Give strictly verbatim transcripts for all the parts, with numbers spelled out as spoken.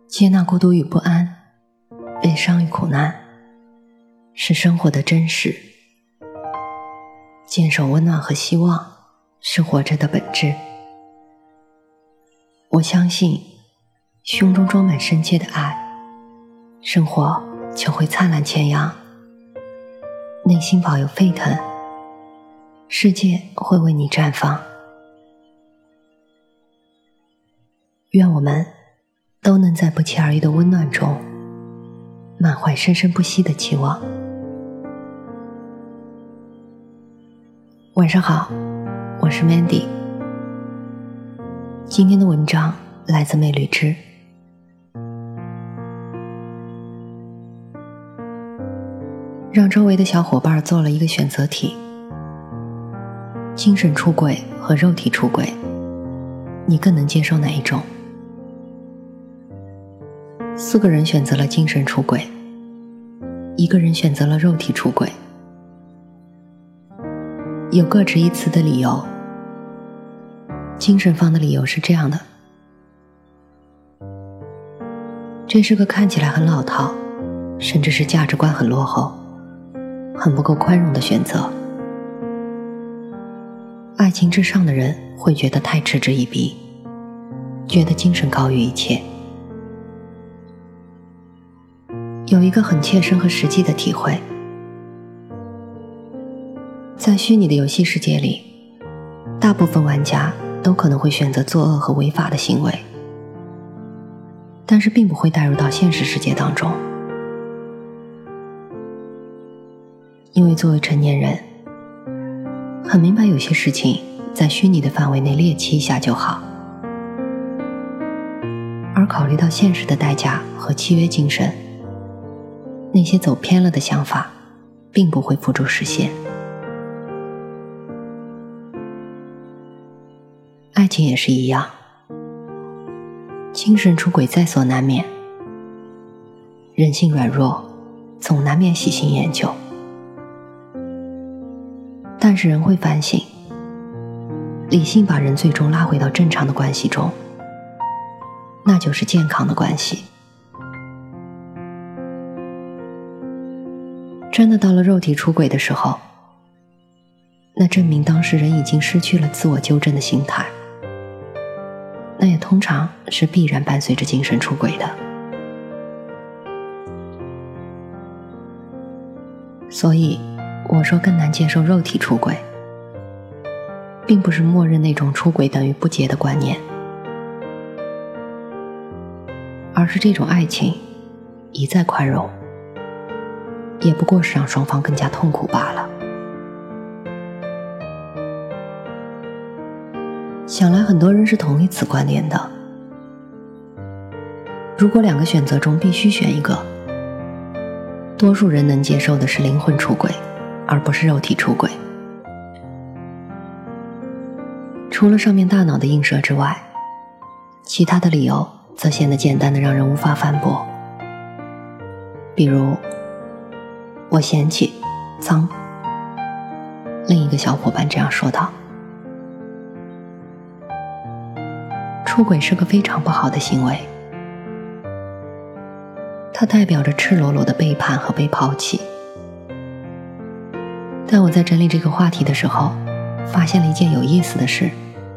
接纳孤独与不安，悲伤与苦难，是生活的真实。坚守温暖和希望，是活着的本质。我相信，胸中装满深切的爱，生活就会灿烂千阳；内心保有沸腾，世界会为你绽放。愿我们都能在不期而遇的温暖中，满怀生生不息的期望。晚上好，我是 Mandy。 今天的文章来自魅绿之。让周围的小伙伴做了一个选择题：精神出轨和肉体出轨，你更能接受哪一种？四个人选择了精神出轨，一个人选择了肉体出轨，有各执一词的理由。精神方的理由是这样的：这是个看起来很老套，甚至是价值观很落后，很不够宽容的选择。爱情至上的人会觉得太嗤之以鼻，觉得精神高于一切。有一个很切身和实际的体会，在虚拟的游戏世界里，大部分玩家都可能会选择作恶和违法的行为，但是并不会带入到现实世界当中。因为作为成年人，很明白有些事情在虚拟的范围内猎奇一下就好，而考虑到现实的代价和契约精神，那些走偏了的想法并不会付诸实现。爱情也是一样，精神出轨在所难免，人性软弱，总难免喜新厌旧。但是人会反省，理性把人最终拉回到正常的关系中，那就是健康的关系。真的到了肉体出轨的时候，那证明当事人已经失去了自我纠正的心态，那也通常是必然伴随着精神出轨的。所以我说更难接受肉体出轨，并不是默认那种出轨等于不洁的观念，而是这种爱情一再宽容，也不过是让双方更加痛苦罢了。想来很多人是同意此观点的。如果两个选择中必须选一个，多数人能接受的是灵魂出轨，而不是肉体出轨。除了上面大脑的映射之外，其他的理由则显得简单的让人无法反驳。比如，我嫌弃脏，另一个小伙伴这样说道。出轨是个非常不好的行为，它代表着赤裸裸的背叛和被抛弃。但我在整理这个话题的时候，发现了一件有意思的事，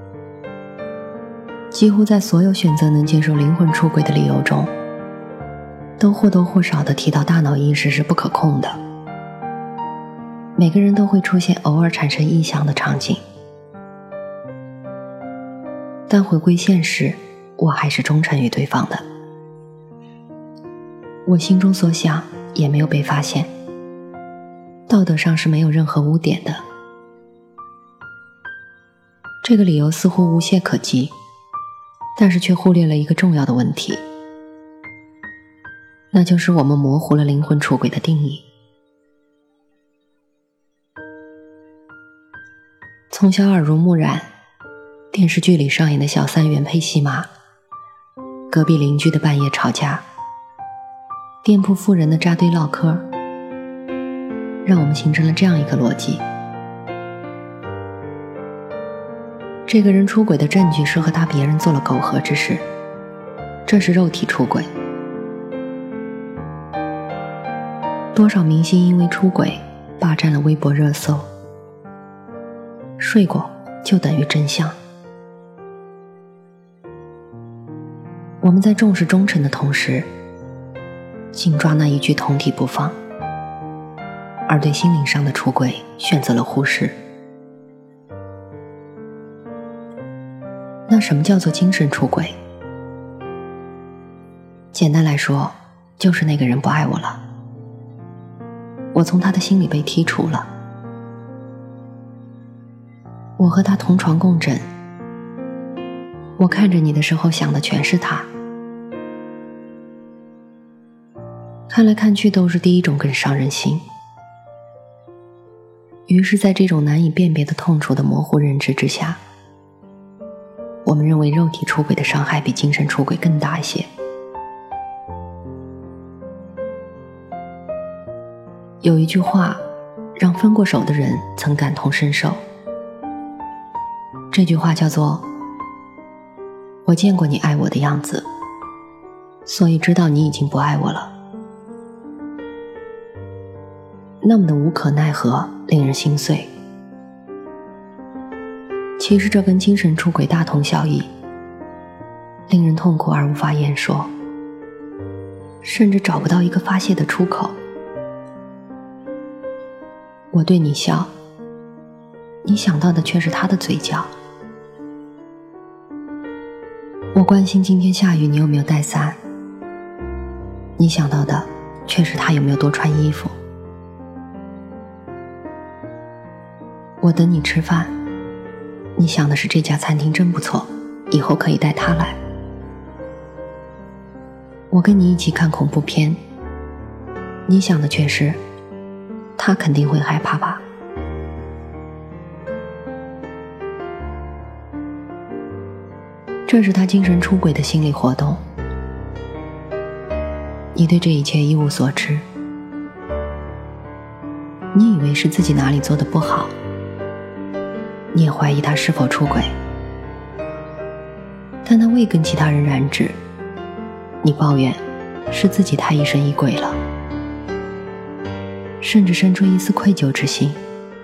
几乎在所有选择能接受灵魂出轨的理由中，都或多或少地提到大脑意识是不可控的，每个人都会出现偶尔产生臆想的场景。但回归现实，我还是忠诚于对方的。我心中所想也没有被发现，道德上是没有任何污点的。这个理由似乎无懈可击，但是却忽略了一个重要的问题，那就是我们模糊了灵魂出轨的定义。从小耳濡目染，电视剧里上演的小三原配戏码，隔壁邻居的半夜吵架，店铺富人的扎堆唠嗑，让我们形成了这样一个逻辑：这个人出轨的证据是和他别人做了苟合之事，这是肉体出轨， 多少明星因为出轨霸占了微博热搜，睡过就等于真相。我们在重视忠诚的同时，紧抓那一句同体不放，而对心灵上的出轨选择了忽视。那什么叫做精神出轨？简单来说，就是那个人不爱我了，我从他的心里被剔除了。我和他同床共枕，我看着你的时候想的全是他。看来看去都是第一种更伤人心。于是在这种难以辨别的痛楚的模糊认知之下，我们认为肉体出轨的伤害比精神出轨更大一些。有一句话让分过手的人曾感同身受，这句话叫做：我见过你爱我的样子，所以知道你已经不爱我了。那么的无可奈何，令人心碎。其实这跟精神出轨大同小异，令人痛苦而无法言说，甚至找不到一个发泄的出口。我对你笑，你想到的却是他的嘴角。我关心今天下雨你有没有带伞，你想到的却是他有没有多穿衣服。我等你吃饭，你想的是这家餐厅真不错，以后可以带他来。我跟你一起看恐怖片，你想的却是他肯定会害怕吧。这是他精神出轨的心理活动，你对这一切一无所知，你以为是自己哪里做得不好，你也怀疑他是否出轨，但他未跟其他人染指，你抱怨是自己太疑神疑鬼了，甚至生出一丝愧疚之心。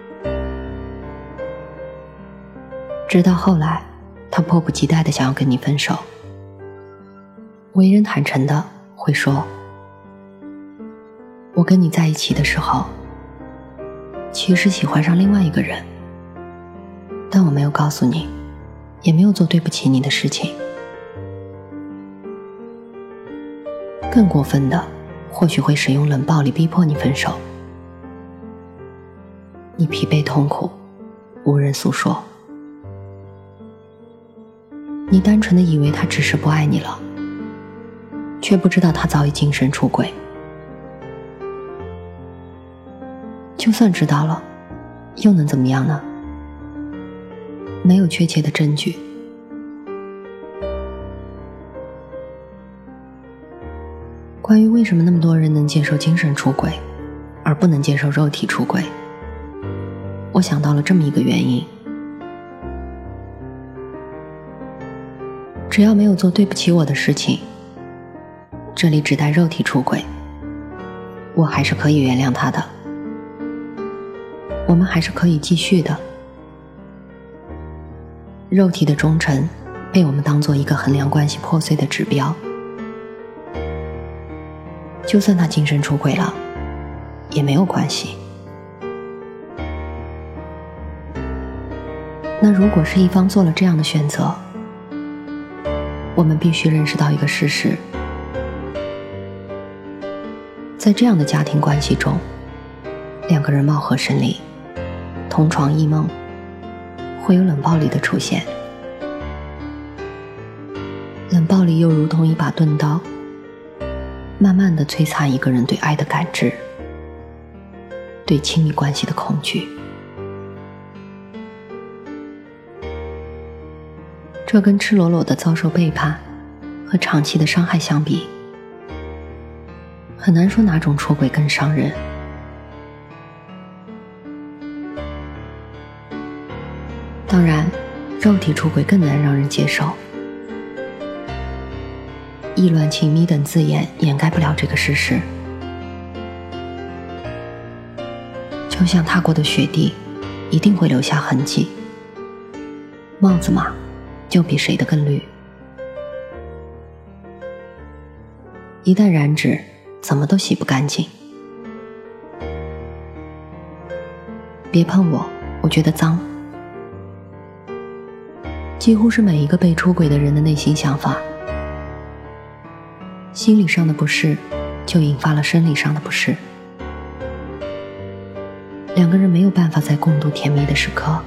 直到后来，他迫不及待地想要跟你分手，为人坦诚的会说：我跟你在一起的时候，其实喜欢上另外一个人，但我没有告诉你，也没有做对不起你的事情。更过分的，或许会使用冷暴力逼迫你分手。你疲惫痛苦，无人诉说。你单纯的以为他只是不爱你了，却不知道他早已精神出轨。就算知道了，又能怎么样呢？没有确切的证据。关于为什么那么多人能接受精神出轨，而不能接受肉体出轨，我想到了这么一个原因：只要没有做对不起我的事情，这里只带肉体出轨，我还是可以原谅他的，我们还是可以继续的。肉体的忠诚被我们当作一个衡量关系破碎的指标，就算他精神出轨了也没有关系。那如果是一方做了这样的选择，我们必须认识到一个事实，在这样的家庭关系中，两个人貌合神离，同床异梦，会有冷暴力的出现。冷暴力又如同一把钝刀，慢慢地摧残一个人对爱的感知，对亲密关系的恐惧。这跟赤裸裸的遭受背叛和长期的伤害相比，很难说哪种出轨更伤人。当然，肉体出轨更难让人接受，意乱情迷等字眼掩盖不了这个事实。 就像踏过的雪地一定会留下痕迹，帽子嘛，就比谁的更绿。一旦染指，怎么都洗不干净。别碰我，我觉得脏。几乎是每一个被出轨的人的内心想法。心理上的不适，就引发了生理上的不适。两个人没有办法再共度甜蜜的时刻，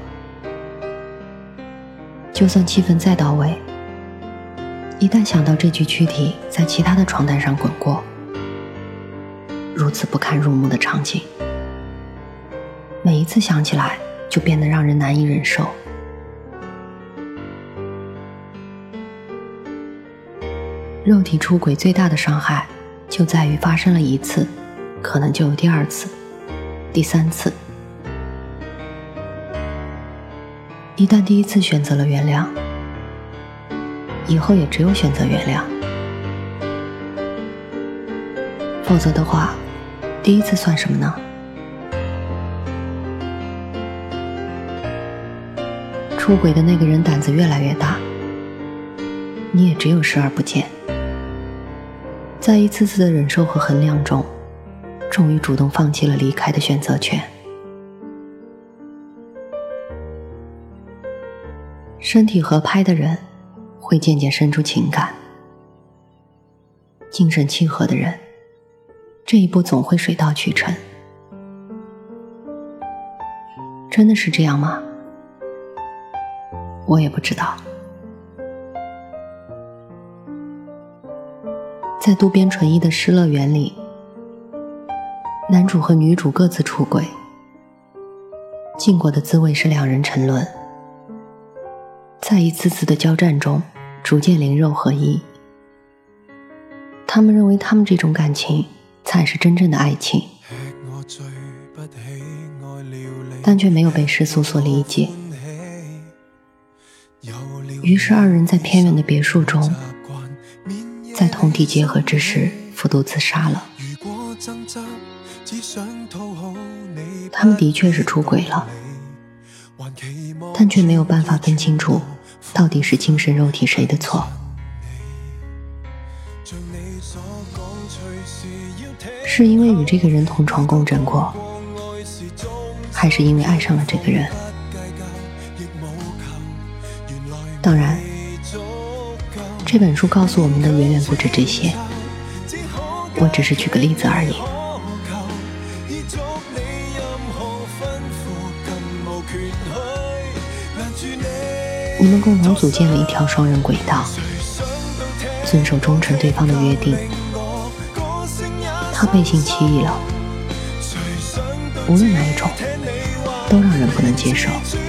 就算气氛再到位，一旦想到这具躯体在其他的床单上滚过，如此不堪入目的场景，每一次想起来就变得让人难以忍受。肉体出轨最大的伤害就在于发生了一次，可能就有第二次、第三次。一旦第一次选择了原谅，以后也只有选择原谅。否则的话，第一次算什么呢？出轨的那个人胆子越来越大，你也只有视而不见。在一次次的忍受和衡量中，终于主动放弃了离开的选择权。身体合拍的人会渐渐生出情感，精神契合的人，这一步总会水到渠成。真的是这样吗？我也不知道。在渡边淳一的《失乐园》里，男主和女主各自出轨，禁果的滋味是两人沉沦，在一次次的交战中逐渐灵肉合一。他们认为他们这种感情才是真正的爱情，但却没有被世俗所理解。于是二人在偏远的别墅中，在同体结合之时服毒自杀了。他们的确是出轨了，但却没有办法分清楚到底是精神肉体谁的错。是因为与这个人同床共枕过，还是因为爱上了这个人？当然，这本书告诉我们的远远不止这些，我只是举个例子而已。你们共同组建了一条双人轨道，遵守忠诚对方的约定，他背信弃义了，无论哪一种都让人不能接受。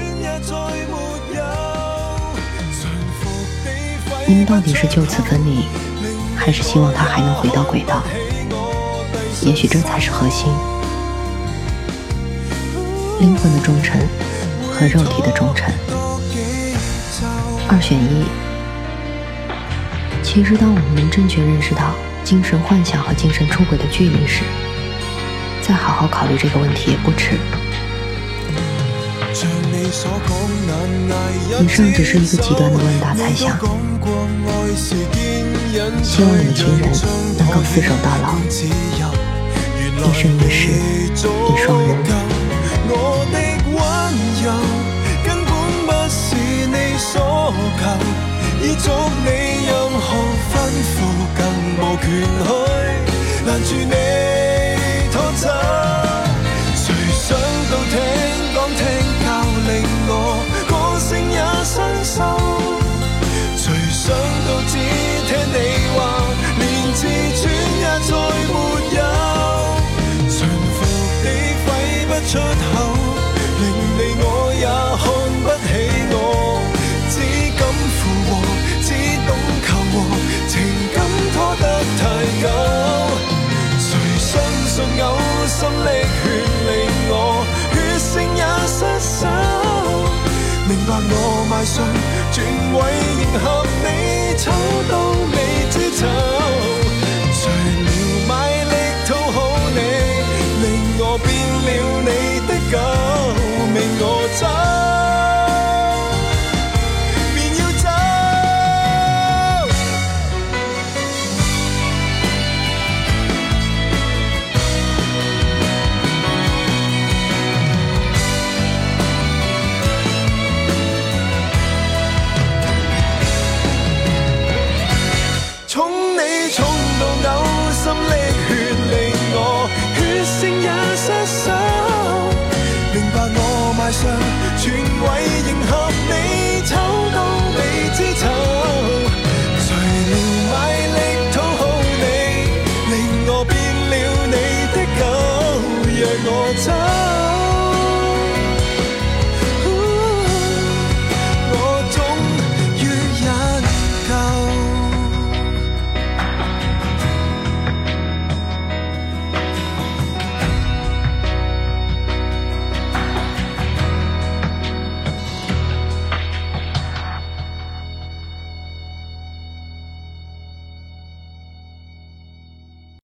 你们到底是就此分离，还是希望他还能回到轨道？也许这才是核心。灵魂的忠诚和肉体的忠诚，二选一。其实当我们能正确认识到精神幻想和精神出轨的距离时，再好好考虑这个问题也不迟。以上只是一个极端的问答猜想，希望你的情人能够厮守到老，一生一世一双人。我的温柔根本不是你所求，已足你任何吩咐，更無權去攔住你拖走。誰想到聽講聽教令我歌聲也伸手，誰想到只聽你話，連自尊也再沒有，馴服地揮不出口，令你我也看不起我，只敢附和，只懂求和，情感拖得太久。誰相信有心力勸令我血性也失手，明白我邁上轉位迎合你，醜到未知醜，除了賣力討好你，令我變了你的呕心瀝血，令我血性也失守。明白我邁上全為迎合